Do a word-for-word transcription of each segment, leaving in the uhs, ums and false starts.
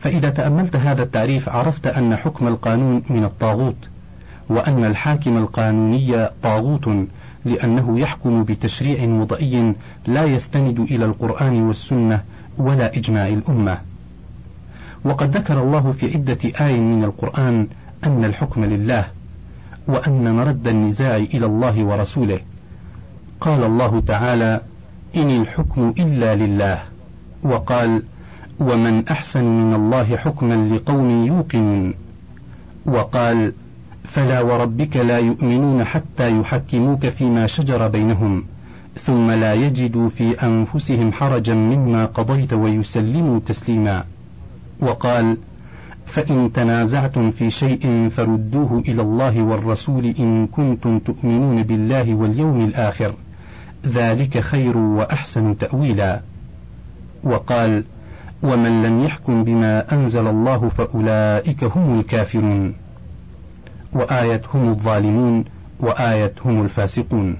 فإذا تأملت هذا التعريف عرفت أن حكم القانون من الطاغوت، وأن الحاكم القانوني طاغوت، لأنه يحكم بتشريع وضعي لا يستند إلى القرآن والسنة ولا إجماع الأمة. وقد ذكر الله في عدة آي من القرآن أن الحكم لله، وأن مرد النزاع إلى الله ورسوله. قال الله تعالى: إن الحكم إلا لله. وقال: ومن أحسن من الله حكما لقوم يوقنون. وقال: فلا وربك لا يؤمنون حتى يحكموك فيما شجر بينهم ثم لا يجدوا في أنفسهم حرجا مما قضيت ويسلموا تسليما. وقال: فإن تنازعتم في شيء فردوه إلى الله والرسول إن كنتم تؤمنون بالله واليوم الآخر، ذلك خير وأحسن تأويلا. وقال: ومن لم يحكم بما أنزل الله فأولئك هم الكافرون. وآية هم الظالمون، وآية هم الفاسقون.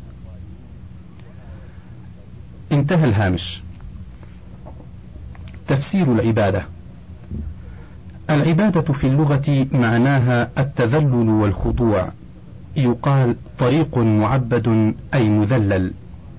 انتهى الهامش. تفسير العبادة. العبادة في اللغة معناها التذلل والخضوع، يقال طريق معبد أي مذلل.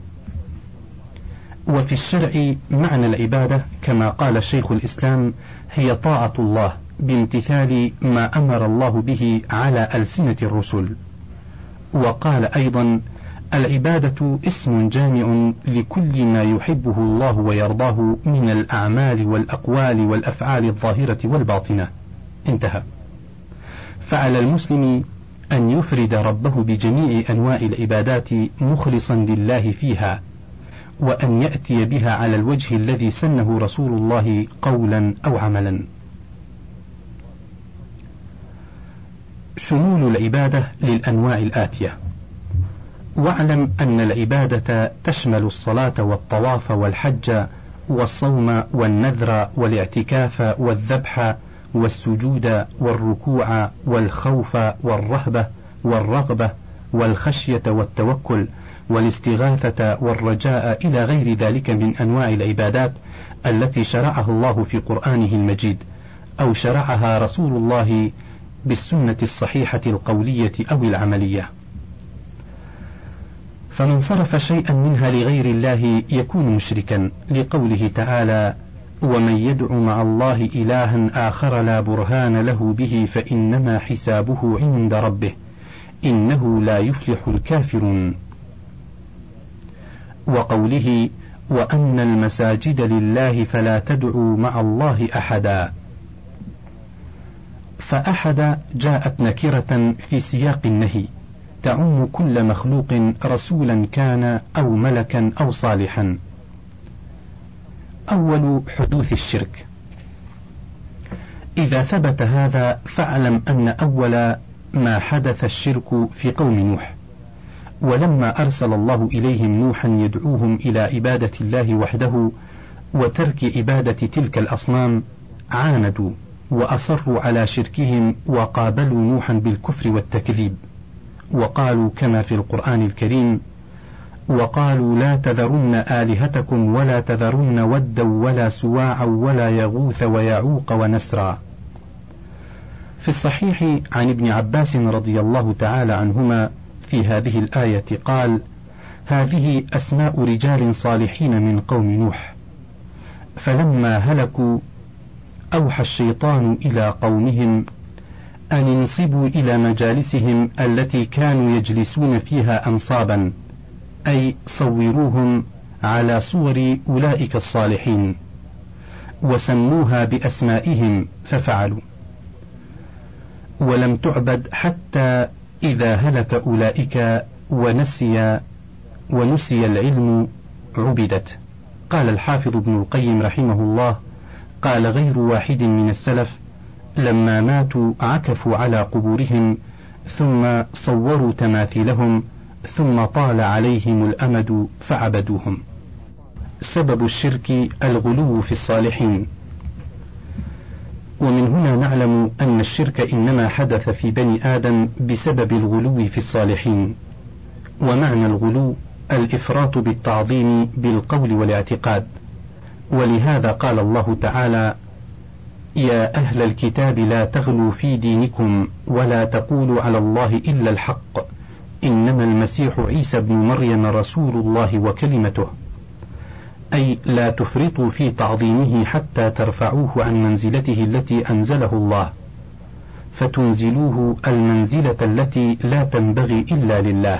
وفي الشرع معنى العبادة كما قال شيخ الإسلام هي طاعة الله بامتثال ما أمر الله به على ألسنة الرسل. وقال أيضا: العبادة اسم جامع لكل ما يحبه الله ويرضاه من الأعمال والأقوال والأفعال الظاهرة والباطنة. انتهى. فعلى المسلم أن يفرد ربه بجميع أنواع العبادات مخلصا لله فيها، وأن يأتي بها على الوجه الذي سنه رسول الله قولا أو عملا. شمول العبادة للأنواع الآتية: واعلم أن العبادة تشمل الصلاة والطواف والحج والصوم والنذر والاعتكاف والذبح والسجود والركوع والخوف والرهبة والرغبة والخشية والتوكل والاستغاثة والرجاء إلى غير ذلك من أنواع العبادات التي شرعها الله في قرآنه المجيد، أو شرعها رسول الله بالسنة الصحيحة القولية أو العملية. فمن صرف شيئا منها لغير الله يكون مشركا، لقوله تعالى: ومن يدع مع الله إلها آخر لا برهان له به فإنما حسابه عند ربه إنه لا يفلح الكافرون. وقوله: وأن المساجد لله فلا تدعوا مع الله أحدا. فأحد جاءت نكرة في سياق النهي تعم كل مخلوق رسولا كان أو ملكا أو صالحا. أول حدوث الشرك. إذا ثبت هذا فاعلم أن أول ما حدث الشرك في قوم نوح، ولما أرسل الله إليهم نوحا يدعوهم إلى عبادة الله وحده وترك عبادة تلك الأصنام عاندوا وأصروا على شركهم وقابلوا نوحا بالكفر والتكذيب، وقالوا كما في القرآن الكريم: وقالوا لا تذرن آلهتكم ولا تذرن ودا ولا سواعا ولا يغوث ويعوق ونسرا. في الصحيح عن ابن عباس رضي الله تعالى عنهما في هذه الآية قال: هذه أسماء رجال صالحين من قوم نوح، فلما هلكوا أوحى الشيطان إلى قومهم أن انصبوا إلى مجالسهم التي كانوا يجلسون فيها أنصابا، أي صوروهم على صور أولئك الصالحين وسموها بأسمائهم ففعلوا، ولم تعبد حتى إذا هلك أولئك ونسي ونسي العلم عبدت. قال الحافظ ابن القيم رحمه الله: قال غير واحد من السلف: لما ماتوا عكفوا على قبورهم ثم صوروا تماثيلهم ثم طال عليهم الأمد فعبدوهم. سبب الشرك الغلو في الصالحين. ومن هنا نعلم أن الشرك إنما حدث في بني آدم بسبب الغلو في الصالحين. ومعنى الغلو الإفراط بالتعظيم بالقول والاعتقاد، ولهذا قال الله تعالى: يا أهل الكتاب لا تغلوا في دينكم ولا تقولوا على الله إلا الحق إنما المسيح عيسى بن مريم رسول الله وكلمته، أي لا تفرطوا في تعظيمه حتى ترفعوه عن منزلته التي أنزله الله، فتنزلوه المنزلة التي لا تنبغي إلا لله.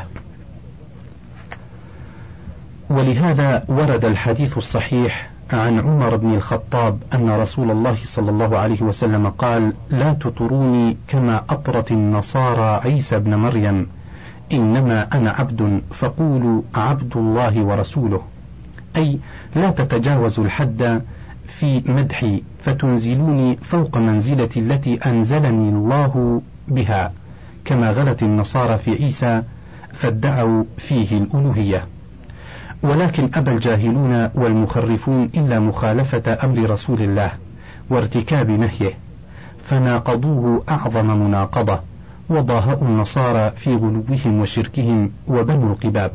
ولهذا ورد الحديث الصحيح عن عمر بن الخطاب أن رسول الله صلى الله عليه وسلم قال: لا تطروني كما أطرت النصارى عيسى بن مريم، إنما أنا عبد فقولوا عبد الله ورسوله، أي لا تتجاوزوا الحد في مدحي فتنزلوني فوق منزلتي التي أنزلني الله بها، كما غلت النصارى في عيسى فادعوا فيه الألوهية. ولكن أبى الجاهلون والمخرفون إلا مخالفة أمر رسول الله وارتكاب نهيه، فناقضوه أعظم مناقضة، وضاهأوا النصارى في غلوهم وشركهم وبنوا القباب.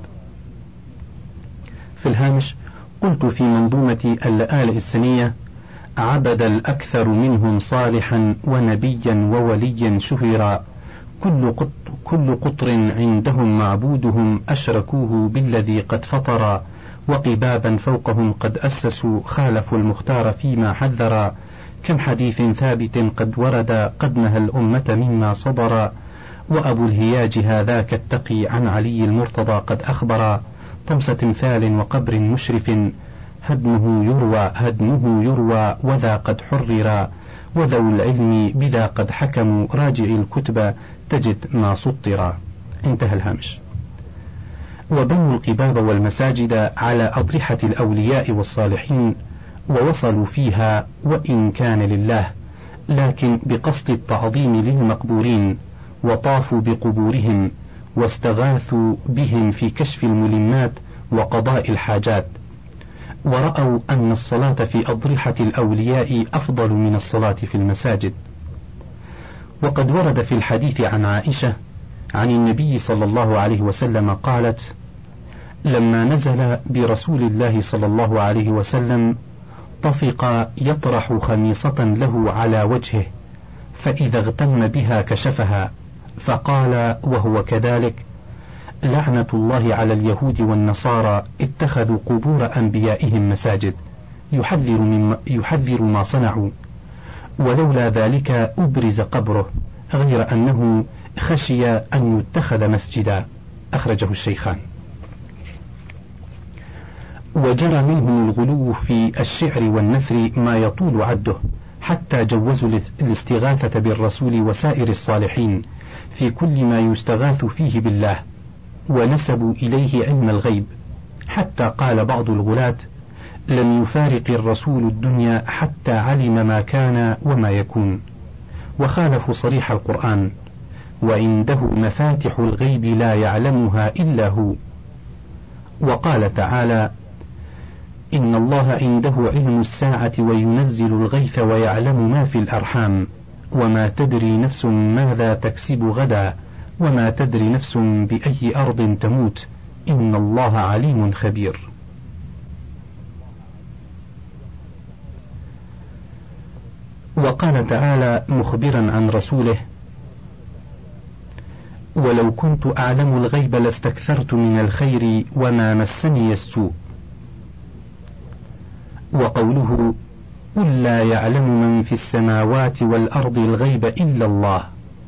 في الهامش قلت في منظومة اللآلئ السنية: عبد الأكثر منهم صالحا ونبيا ووليا شهرا، كل قط كل قطر عندهم معبودهم أشركوه بالذي قد فطر، وقبابا فوقهم قد أسسوا خالفوا المختار فيما حذر، كم حديث ثابت قد ورد قد نهى الأمة مما صدر، وأبو الهياج هذاك التقي عن علي المرتضى قد أخبر، طمس تمثال وقبر مشرف هدمه يروى هدمه يروى وذا قد حرر، وذو العلم بذا قد حكموا راجع الكتب تجد ما سطر. انتهى الهامش. وبنوا القباب والمساجد على أضرحة الأولياء والصالحين، ووصلوا فيها وإن كان لله، لكن بقصد التعظيم للمقبورين، وطافوا بقبورهم واستغاثوا بهم في كشف الملمات وقضاء الحاجات، ورأوا أن الصلاة في أضرحة الأولياء أفضل من الصلاة في المساجد. وقد ورد في الحديث عن عائشة عن النبي صلى الله عليه وسلم قالت: لما نزل برسول الله صلى الله عليه وسلم طفق يطرح خميصة له على وجهه، فإذا اغتم بها كشفها، فقال وهو كذلك: لعنة الله على اليهود والنصارى اتخذوا قبور أنبيائهم مساجد، يحذر, مما يحذر ما صنعوا، ولولا ذلك أبرز قبره، غير أنه خشي أن يتخذ مسجدا. أخرجه الشيخان. وجرى منهم الغلو في الشعر والنثر ما يطول عده، حتى جوزوا الاستغاثة بالرسول وسائر الصالحين في كل ما يستغاث فيه بالله، ونسبوا إليه علم الغيب، حتى قال بعض الغلاة: لم يفارق الرسول الدنيا حتى علم ما كان وما يكون. وخالفوا صريح القرآن: وعنده مفاتح الغيب لا يعلمها إلا هو. وقال تعالى: إن الله عنده علم الساعة وينزل الغيث ويعلم ما في الأرحام، وما تدري نفس ماذا تكسب غدا، وما تدري نفس بأي أرض تموت، إن الله عليم خبير. وقال تعالى مخبرا عن رسوله: ولو كنت أعلم الغيب لاستكثرت من الخير وما مسني السوء. وقوله: قل لا يعلم من في السماوات والأرض الغيب إلا الله.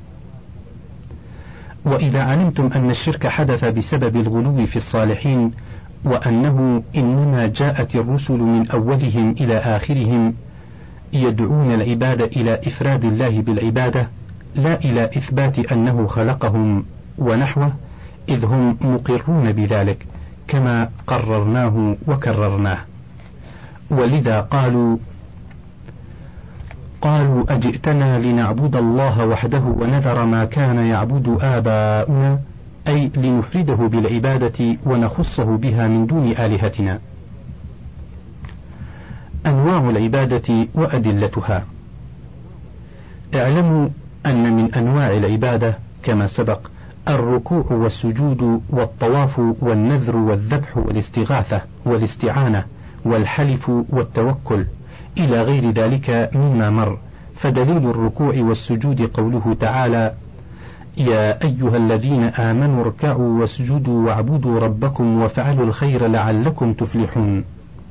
وإذا علمتم أن الشرك حدث بسبب الغلو في الصالحين، وأنه إنما جاءت الرسل من أولهم إلى آخرهم يدعون العباد إلى إفراد الله بالعبادة، لا إلى إثبات أنه خلقهم ونحوه، إذ هم مقرون بذلك كما قررناه وكررناه. ولذا قالوا قالوا أجئتنا لنعبد الله وحده ونذر ما كان يعبد آباؤنا، أي لنفرده بالعبادة ونخصه بها من دون آلهتنا. أنواع العبادة وأدلتها. اعلموا أن من أنواع العبادة كما سبق الركوع والسجود والطواف والنذر والذبح والاستغاثة والاستعانة والحلف والتوكل إلى غير ذلك مما مر فدليل الركوع والسجود قوله تعالى: يا أيها الذين آمنوا اركعوا واسجدوا واعبدوا ربكم وافعلوا الخير لعلكم تفلحون.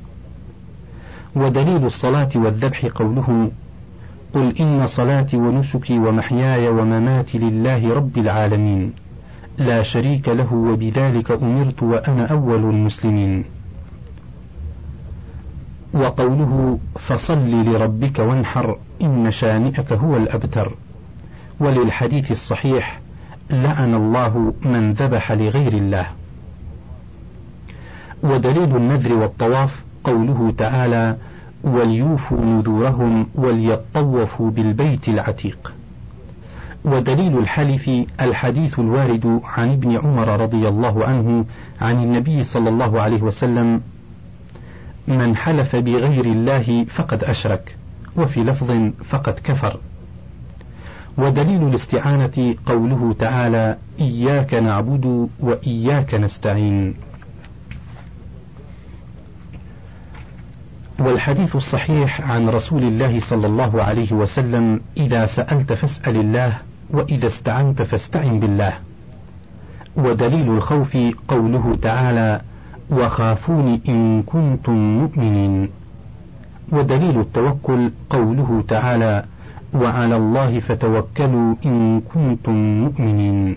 ودليل الصلاة والذبح قوله: قل إن صلاتي ونسكي ومحياي ومماتي لله رب العالمين لا شريك له وبذلك أمرت وأنا أول المسلمين. وقوله: فصل لربك وانحر إن شانئك هو الأبتر. وللحديث الصحيح: لعن الله من ذبح لغير الله. ودليل النذر والطواف قوله تعالى: وليوفوا نذورهم وليطوفوا بالبيت العتيق. ودليل الحلف الحديث الوارد عن ابن عمر رضي الله عنه عن النبي صلى الله عليه وسلم: من حلف بغير الله فقد أشرك، وفي لفظ فقد كفر. ودليل الاستعانة قوله تعالى: إياك نعبد وإياك نستعين. والحديث الصحيح عن رسول الله صلى الله عليه وسلم: إذا سألت فاسأل الله وإذا استعنت فاستعن بالله. ودليل الخوف قوله تعالى: وخافون إن كنتم مؤمنين. ودليل التوكل قوله تعالى: وعلى الله فتوكلوا إن كنتم مؤمنين.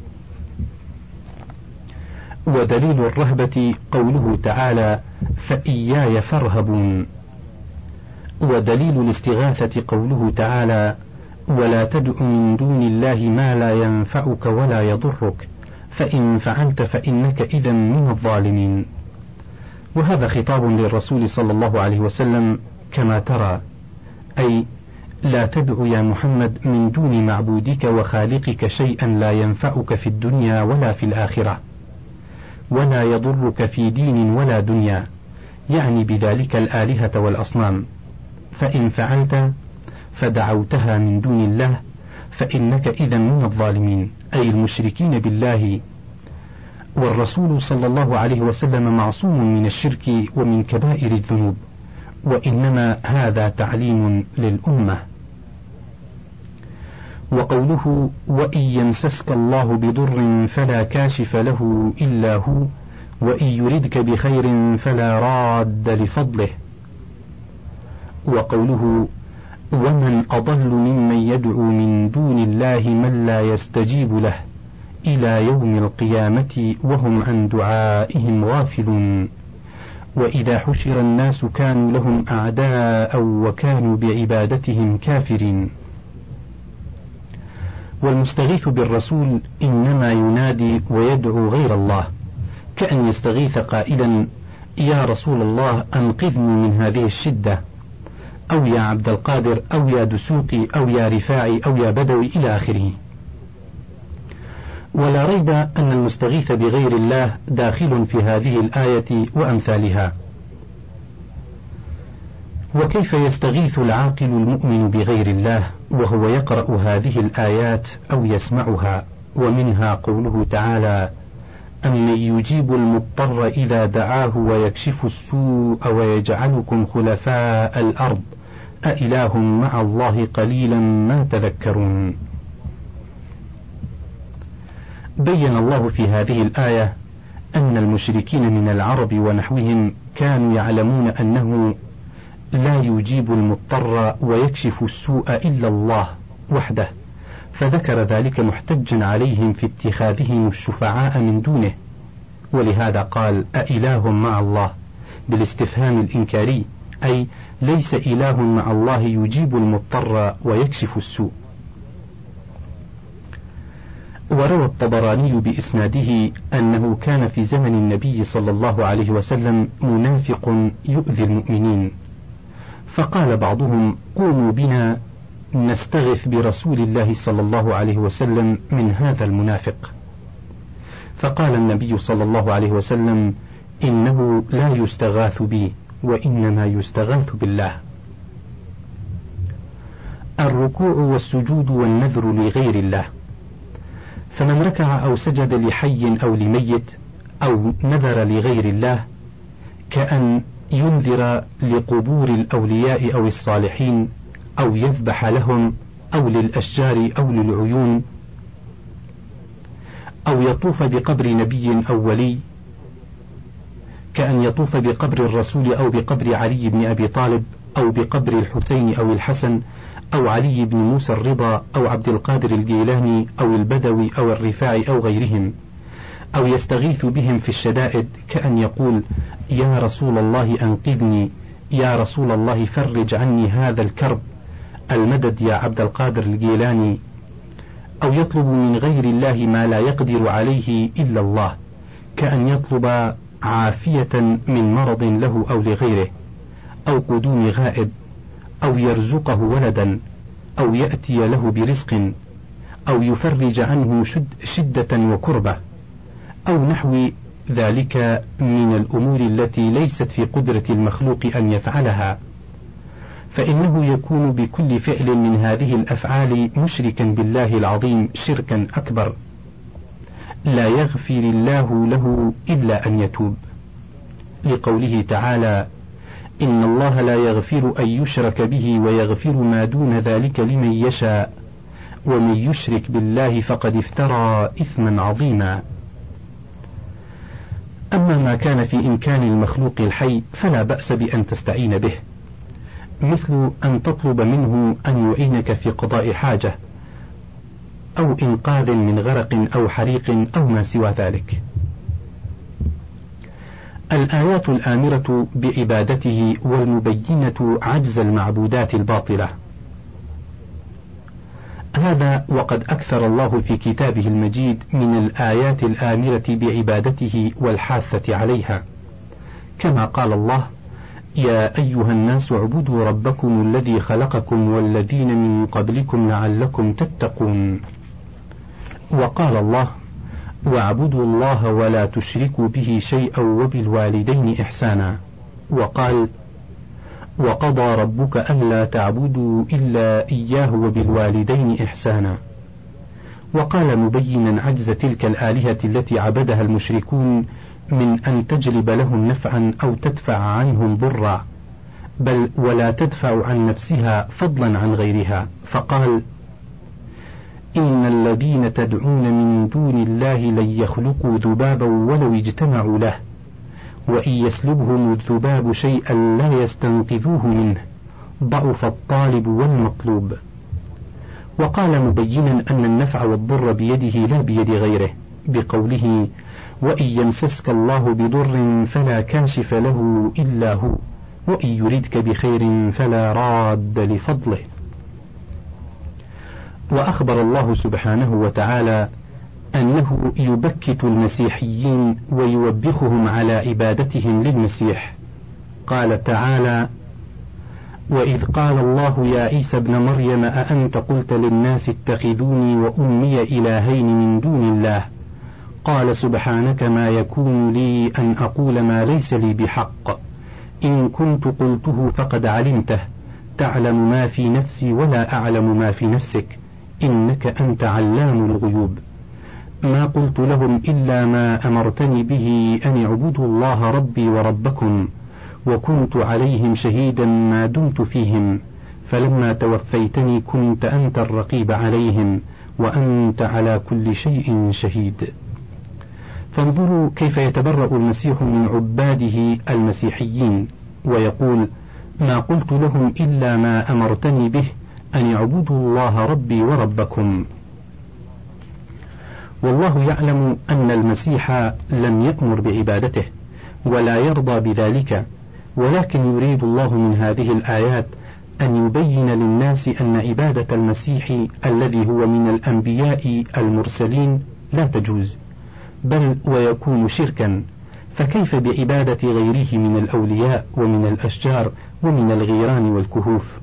ودليل الرهبة قوله تعالى: فإياي فارهبون. ودليل الاستغاثة قوله تعالى: ولا تدع من دون الله ما لا ينفعك ولا يضرك فإن فعلت فإنك إذا من الظالمين. وهذا خطاب للرسول صلى الله عليه وسلم كما ترى، أي لا تدع يا محمد من دون معبودك وخالقك شيئا لا ينفعك في الدنيا ولا في الآخرة، ولا يضرك في دين ولا دنيا، يعني بذلك الآلهة والأصنام، فإن فعلت فدعوتها من دون الله فإنك إذا من الظالمين، أي المشركين بالله. والرسول صلى الله عليه وسلم معصوم من الشرك ومن كبائر الذنوب، وإنما هذا تعليم للأمة. وقوله: وإن يمسسك الله بضر فلا كاشف له إلا هو وإن يردك بخير فلا راد لفضله. وقوله: ومن أضل ممن يدعو من دون الله من لا يستجيب له إلى يوم القيامة وهم عن دعائهم غافلون. وإذا حشر الناس كانوا لهم أعداء وكانوا بعبادتهم كافرين. والمستغيث بالرسول إنما ينادي ويدعو غير الله، كأن يستغيث قائلا: يا رسول الله أنقذني من هذه الشدة، أو يا عبد القادر، أو يا دسوقي، أو يا رفاعي، أو يا بدوي، إلى آخره. ولا ريب أن المستغيث بغير الله داخل في هذه الآية وأمثالها. وكيف يستغيث العاقل المؤمن بغير الله وهو يقرأ هذه الآيات أو يسمعها؟ ومنها قوله تعالى: أمن يجيب المضطر إذا دعاه ويكشف السوء ويجعلكم خلفاء الأرض أإله مع الله قليلا ما تذكرون. بين الله في هذه الآية أن المشركين من العرب ونحوهم كانوا يعلمون أنه لا يجيب المضطر ويكشف السوء إلا الله وحده، فذكر ذلك محتجا عليهم في اتخاذهم الشفعاء من دونه، ولهذا قال: أإله مع الله بالاستفهام الإنكاري، أي ليس إله مع الله يجيب المضطر ويكشف السوء. وروى الطبراني بإسناده أنه كان في زمن النبي صلى الله عليه وسلم منافق يؤذي المؤمنين، فقال بعضهم: قوموا بنا نستغث برسول الله صلى الله عليه وسلم من هذا المنافق. فقال النبي صلى الله عليه وسلم: إنه لا يستغاث بي وإنما يستغاث بالله. الركوع والسجود والنذر لغير الله، فمن ركع أو سجد لحي أو لميت أو نذر لغير الله كأن ينذر لقبور الأولياء أو الصالحين أو يذبح لهم أو للأشجار أو للعيون، أو يطوف بقبر نبي أو ولي، كأن يطوف بقبر الرسول أو بقبر علي بن أبي طالب أو بقبر الحسين أو الحسن أو علي بن موسى الرضا أو عبد القادر الجيلاني أو البدوي أو الرفاعي أو غيرهم، أو يستغيث بهم في الشدائد كأن يقول يا رسول الله أنقذني، يا رسول الله فرج عني هذا الكرب، المدد يا عبد القادر الجيلاني، أو يطلب من غير الله ما لا يقدر عليه إلا الله، كأن يطلب عافية من مرض له أو لغيره، أو قدوم غائب، أو يرزقه ولدا، أو يأتي له برزق، أو يفرج عنه شد شدة وكربة، أو نحو ذلك من الأمور التي ليست في قدرة المخلوق أن يفعلها، فإنه يكون بكل فعل من هذه الأفعال مشركا بالله العظيم شركا أكبر، لا يغفر الله له إلا أن يتوب، لقوله تعالى إن الله لا يغفر أن يشرك به ويغفر ما دون ذلك لمن يشاء ومن يشرك بالله فقد افترى إثما عظيما. أما ما كان في إمكان المخلوق الحي فلا بأس بأن تستعين به، مثل أن تطلب منه أن يعينك في قضاء حاجة أو إنقاذ من غرق أو حريق أو ما سوى ذلك. الآيات الآمرة بعبادته والمبينة عجز المعبودات الباطلة. هذا وقد أكثر الله في كتابه المجيد من الآيات الآمرة بعبادته والحاثة عليها، كما قال الله يا أيها الناس اعبدوا ربكم الذي خلقكم والذين من قبلكم لعلكم تتقون، وقال الله واعبدوا الله ولا تشركوا به شيئا وبالوالدين إحسانا، وقال وقضى ربك ألا تعبدوا إلا إياه وبالوالدين إحسانا، وقال مبينا عجز تلك الآلهة التي عبدها المشركون من أن تجلب لهم نفعا أو تدفع عنهم ضرا، بل ولا تدفع عن نفسها فضلا عن غيرها، فقال إن الذين تدعون من دون الله لن يخلقوا ذبابا ولو اجتمعوا له وإن يسلبهم الذباب شيئا لا يستنقذوه منه ضعف الطالب والمطلوب. وقال مبينا أن النفع والضر بيده لا بيد غيره، بقوله وإن يمسسك الله بضر فلا كاشف له إلا هو وإن يردك بخير فلا راد لفضله. وأخبر الله سبحانه وتعالى أنه يبكت المسيحيين ويوبخهم على عبادتهم للمسيح، قال تعالى وإذ قال الله يا عيسى ابن مريم أأنت قلت للناس اتخذوني وأمي إلهين من دون الله قال سبحانك ما يكون لي أن أقول ما ليس لي بحق، إن كنت قلته فقد علمته تعلم ما في نفسي ولا أعلم ما في نفسك إنك أنت علام الغيوب. ما قلت لهم إلا ما أمرتني به أن اعبدوا الله ربي وربكم وكنت عليهم شهيدا ما دمت فيهم، فلما توفيتني كنت أنت الرقيب عليهم وأنت على كل شيء شهيد. فانظروا كيف يتبرأ المسيح من عباده المسيحيين ويقول ما قلت لهم إلا ما أمرتني به أن اعبدوا الله ربي وربكم. والله يعلم أن المسيح لم يأمر بعبادته ولا يرضى بذلك، ولكن يريد الله من هذه الآيات أن يبين للناس أن عبادة المسيح الذي هو من الأنبياء المرسلين لا تجوز، بل ويكون شركا، فكيف بعبادة غيره من الأولياء ومن الأشجار ومن الغيران والكهوف؟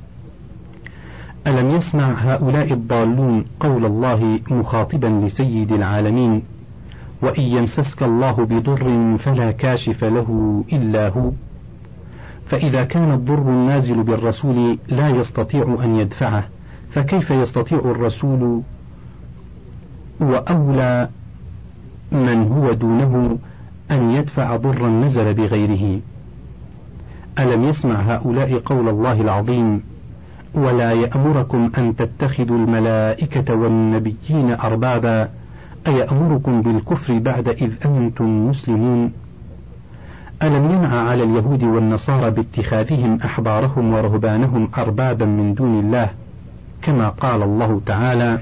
ألم يسمع هؤلاء الضالون قول الله مخاطبا لسيد العالمين وإن يمسسك الله بضر فلا كاشف له إلا هو؟ فإذا كان الضر النازل بالرسول لا يستطيع أن يدفعه، فكيف يستطيع الرسول وأولى من هو دونه أن يدفع ضرا نزل بغيره؟ ألم يسمع هؤلاء قول الله العظيم ولا يأمركم أن تتخذوا الملائكة والنبيين أربابا أيأمركم بالكفر بعد إذ أنتم مسلمون؟ ألم ينع على اليهود والنصارى باتخاذهم أحبارهم ورهبانهم أربابا من دون الله، كما قال الله تعالى: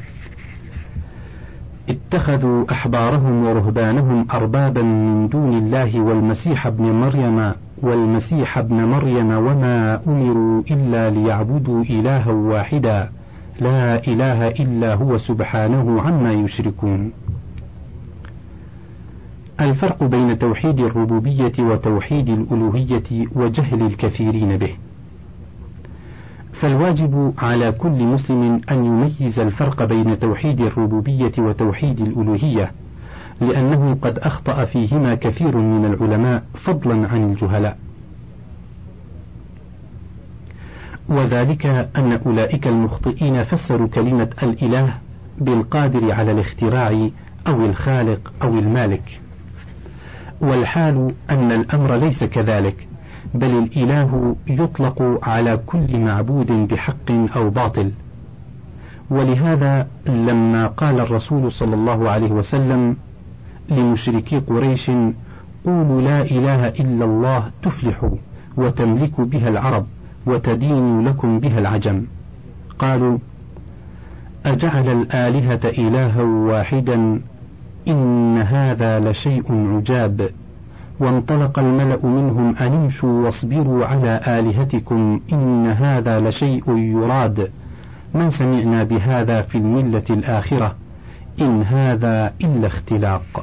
اتخذوا أحبارهم ورهبانهم أربابا من دون الله والمسيح ابن مريم والمسيح ابن مريم وما أمروا إلا ليعبدوا إلها واحدا لا إله إلا هو سبحانه عما يشركون. الفرق بين توحيد الربوبية وتوحيد الألوهية وجهل الكثيرين به. فالواجب على كل مسلم أن يميز الفرق بين توحيد الربوبية وتوحيد الألوهية، لأنه قد أخطأ فيهما كثير من العلماء فضلا عن الجهلاء، وذلك أن أولئك المخطئين فسروا كلمة الإله بالقادر على الاختراع أو الخالق أو المالك، والحال أن الأمر ليس كذلك، بل الإله يطلق على كل معبود بحق أو باطل. ولهذا لما قال الرسول صلى الله عليه وسلم لمشركي قريش: قولوا لا إله إلا الله تفلحوا وتملك بها العرب وتدين لكم بها العجم، قالوا: أجعل الآلهة إلها واحدا إن هذا لشيء عجاب. وانطلق الملأ منهم أن امشوا واصبروا على آلهتكم إن هذا لشيء يراد، من سمعنا بهذا في الملة الآخرة إن هذا إلا اختلاق.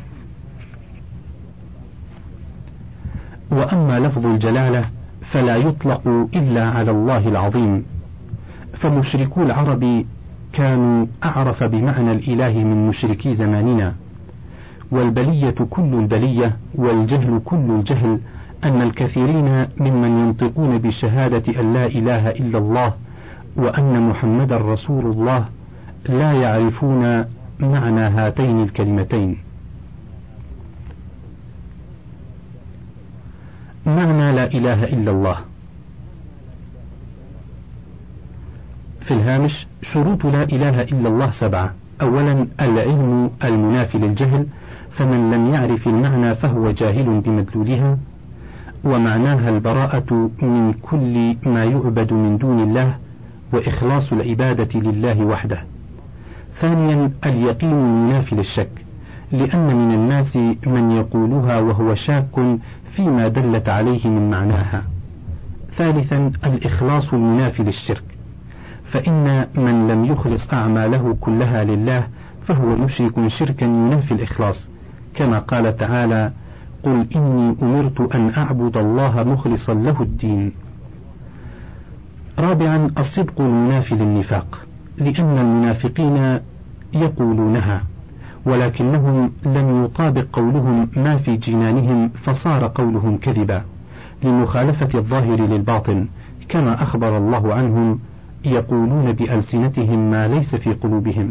وأما لفظ الجلالة فلا يطلق إلا على الله العظيم، فمشركو العرب كانوا أعرف بمعنى الإله من مشركي زماننا، والبلية كل البلية والجهل كل الجهل أن الكثيرين ممن ينطقون بشهادة أن لا إله إلا الله وأن محمدا رسول الله لا يعرفون معنى هاتين الكلمتين. معنى لا إله إلا الله. في الهامش: شروط لا إله إلا الله سبعة. أولا العلم المنافي للجهل، فمن لم يعرف المعنى فهو جاهل بمدلولها، ومعناها البراءة من كل ما يعبد من دون الله وإخلاص العبادة لله وحده. ثانيا اليقين المنافي للشك، لأن من الناس من يقولها وهو شاك فيما دلت عليه من معناها. ثالثا الإخلاص المنافي للشرك، فإن من لم يخلص أعماله كلها لله فهو مشرك شركا ينافي الإخلاص، كما قال تعالى: قل إني أمرت أن أعبد الله مخلصا له الدين. رابعا الصدق المنافي للنفاق، لأن المنافقين يقولونها ولكنهم لم يطابق قولهم ما في جنانهم فصار قولهم كذبا لمخالفة الظاهر للباطن، كما أخبر الله عنهم: يقولون بألسنتهم ما ليس في قلوبهم.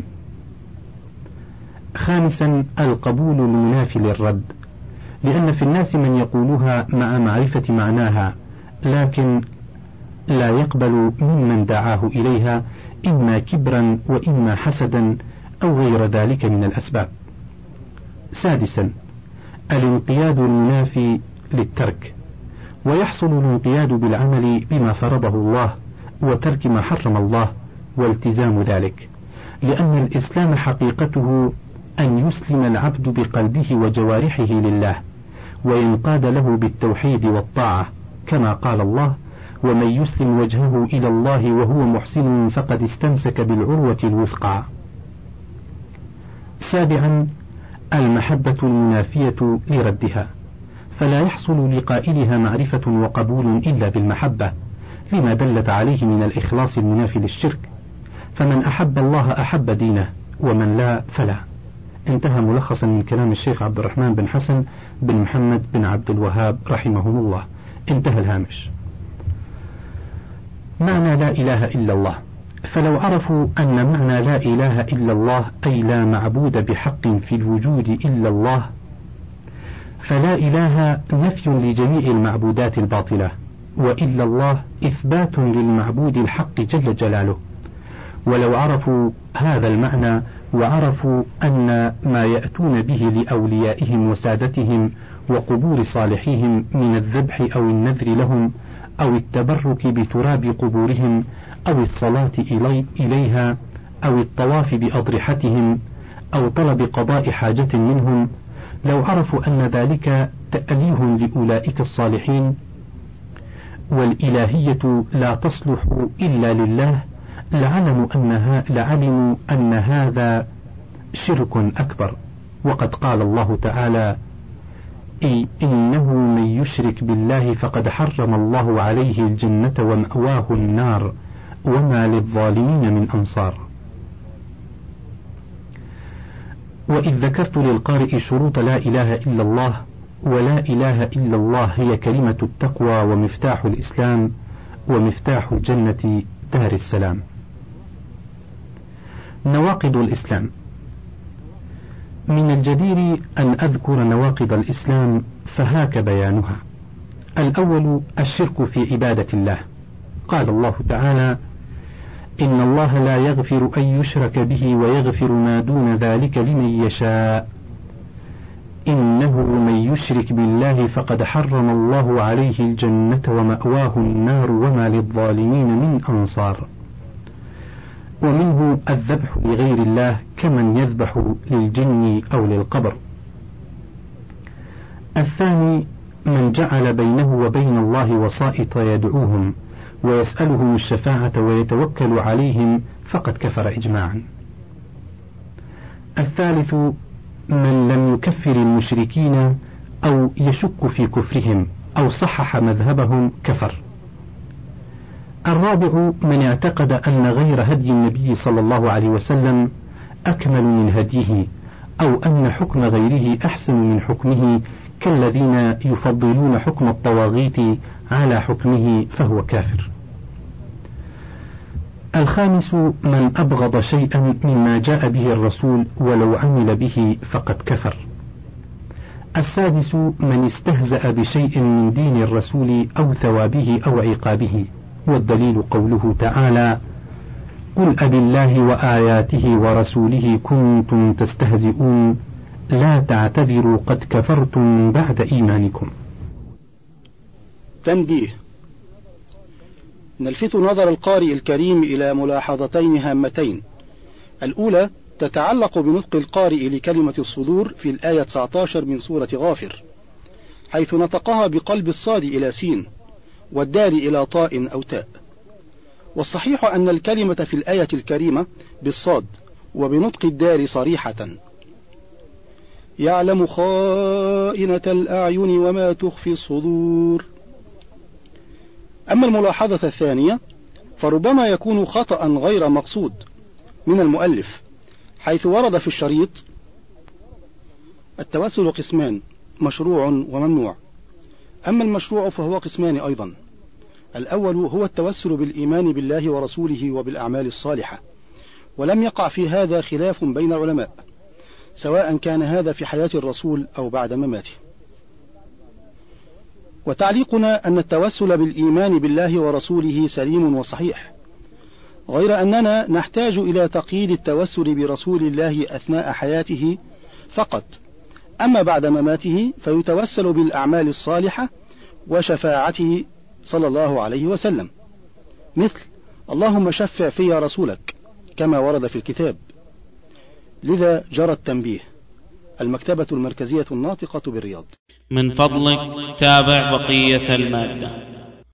خامسا القبول المنافي للرد، لأن في الناس من يقولها مع معرفة معناها لكن لا يقبل ممن دعاه إليها إما كبرا وإما حسدا أو غير ذلك من الأسباب. سادسا الانقياد المنافي للترك، ويحصل الانقياد بالعمل بما فرضه الله وترك ما حرم الله والتزام ذلك، لأن الإسلام حقيقته أن يسلم العبد بقلبه وجوارحه لله وينقاد له بالتوحيد والطاعة، كما قال الله: ومن يسلم وجهه إلى الله وهو محسن فقد استمسك بالعروة الوثقى. سابعا المحبة المنافية لردها، فلا يحصل لقائلها معرفة وقبول إلا بالمحبة، لما دلت عليه من الإخلاص المنافي للشرك، فمن أحب الله أحب دينه ومن لا فلا. انتهى ملخصا من كلام الشيخ عبد الرحمن بن حسن بن محمد بن عبد الوهاب رحمهم الله. انتهى الهامش. معنى لا إله إلا الله، فلو عرفوا أن معنى لا إله إلا الله أي لا معبود بحق في الوجود إلا الله، فلا إله نفي لجميع المعبودات الباطلة وإلا الله إثبات للمعبود الحق جل جلاله. ولو عرفوا هذا المعنى وعرفوا أن ما يأتون به لأوليائهم وسادتهم وقبور صالحيهم من الذبح أو النذر لهم أو التبرك بتراب قبورهم أو الصلاة إلي إليها أو الطواف بأضرحتهم أو طلب قضاء حاجة منهم، لو عرفوا أن ذلك تأليه لأولئك الصالحين والإلهية لا تصلح إلا لله، لعلموا أنها لعلموا أن هذا شرك أكبر. وقد قال الله تعالى: إي إنه من يشرك بالله فقد حرم الله عليه الجنة ومأواه النار وما للظالمين من أنصار. وإذ ذكرت للقارئ شروط لا إله إلا الله، ولا إله إلا الله هي كلمة التقوى ومفتاح الإسلام ومفتاح جنة دار السلام. نواقض الإسلام. من الجدير أن أذكر نواقض الإسلام فهاك بيانها. الأول الشرك في عبادة الله. قال الله تعالى: إن الله لا يغفر أن يشرك به ويغفر ما دون ذلك لمن يشاء إنه من يشرك بالله فقد حرم الله عليه الجنة ومأواه النار وما للظالمين من أنصار. ومنه الذبح لغير الله كمن يذبح للجن أو للقبر. الثاني من جعل بينه وبين الله وسائط يدعوهم ويسألهم الشفاعة ويتوكل عليهم فقد كفر إجماعا. الثالث من لم يكفر المشركين أو يشك في كفرهم أو صحح مذهبهم كفر. الرابع من اعتقد أن غير هدي النبي صلى الله عليه وسلم أكمل من هديه أو أن حكم غيره أحسن من حكمه كالذين يفضلون حكم الطواغيت على حكمه فهو كافر. الخامس من أبغض شيئا مما جاء به الرسول ولو عمل به فقد كفر. السادس من استهزأ بشيء من دين الرسول أو ثوابه أو عقابه، والدليل قوله تعالى: قل أبالله وآياته ورسوله كنتم تستهزئون لا تعتذروا قد كفرتم بعد إيمانكم. تنبيه: نلفت نظر القارئ الكريم إلى ملاحظتين هامتين. الأولى تتعلق بنطق القارئ لكلمة الصدور في الآية تسعة عشر من سورة غافر، حيث نطقها بقلب الصاد إلى سين والدال إلى طاء أو تاء. والصحيح أن الكلمة في الآية الكريمة بالصاد وبنطق الدال صريحة: يعلم خائنة الأعين وما تخفي الصدور. أما الملاحظة الثانية فربما يكون خطأ غير مقصود من المؤلف، حيث ورد في الشريط: التوسل قسمان، مشروع وممنوع. أما المشروع فهو قسمان أيضا. الأول هو التوسل بالإيمان بالله ورسوله وبالأعمال الصالحة، ولم يقع في هذا خلاف بين العلماء، سواء كان هذا في حياة الرسول أو بعد مماته. وتعليقنا أن التوسل بالإيمان بالله ورسوله سليم وصحيح، غير أننا نحتاج إلى تقييد التوسل برسول الله أثناء حياته فقط، أما بعد مماته فيتوسل بالأعمال الصالحة وشفاعته صلى الله عليه وسلم، مثل: اللهم شفع في رسولك، كما ورد في الكتاب. لذا جرى التنبيه. المكتبة المركزية الناطقة بالرياض. من فضلك تابع بقية المادة.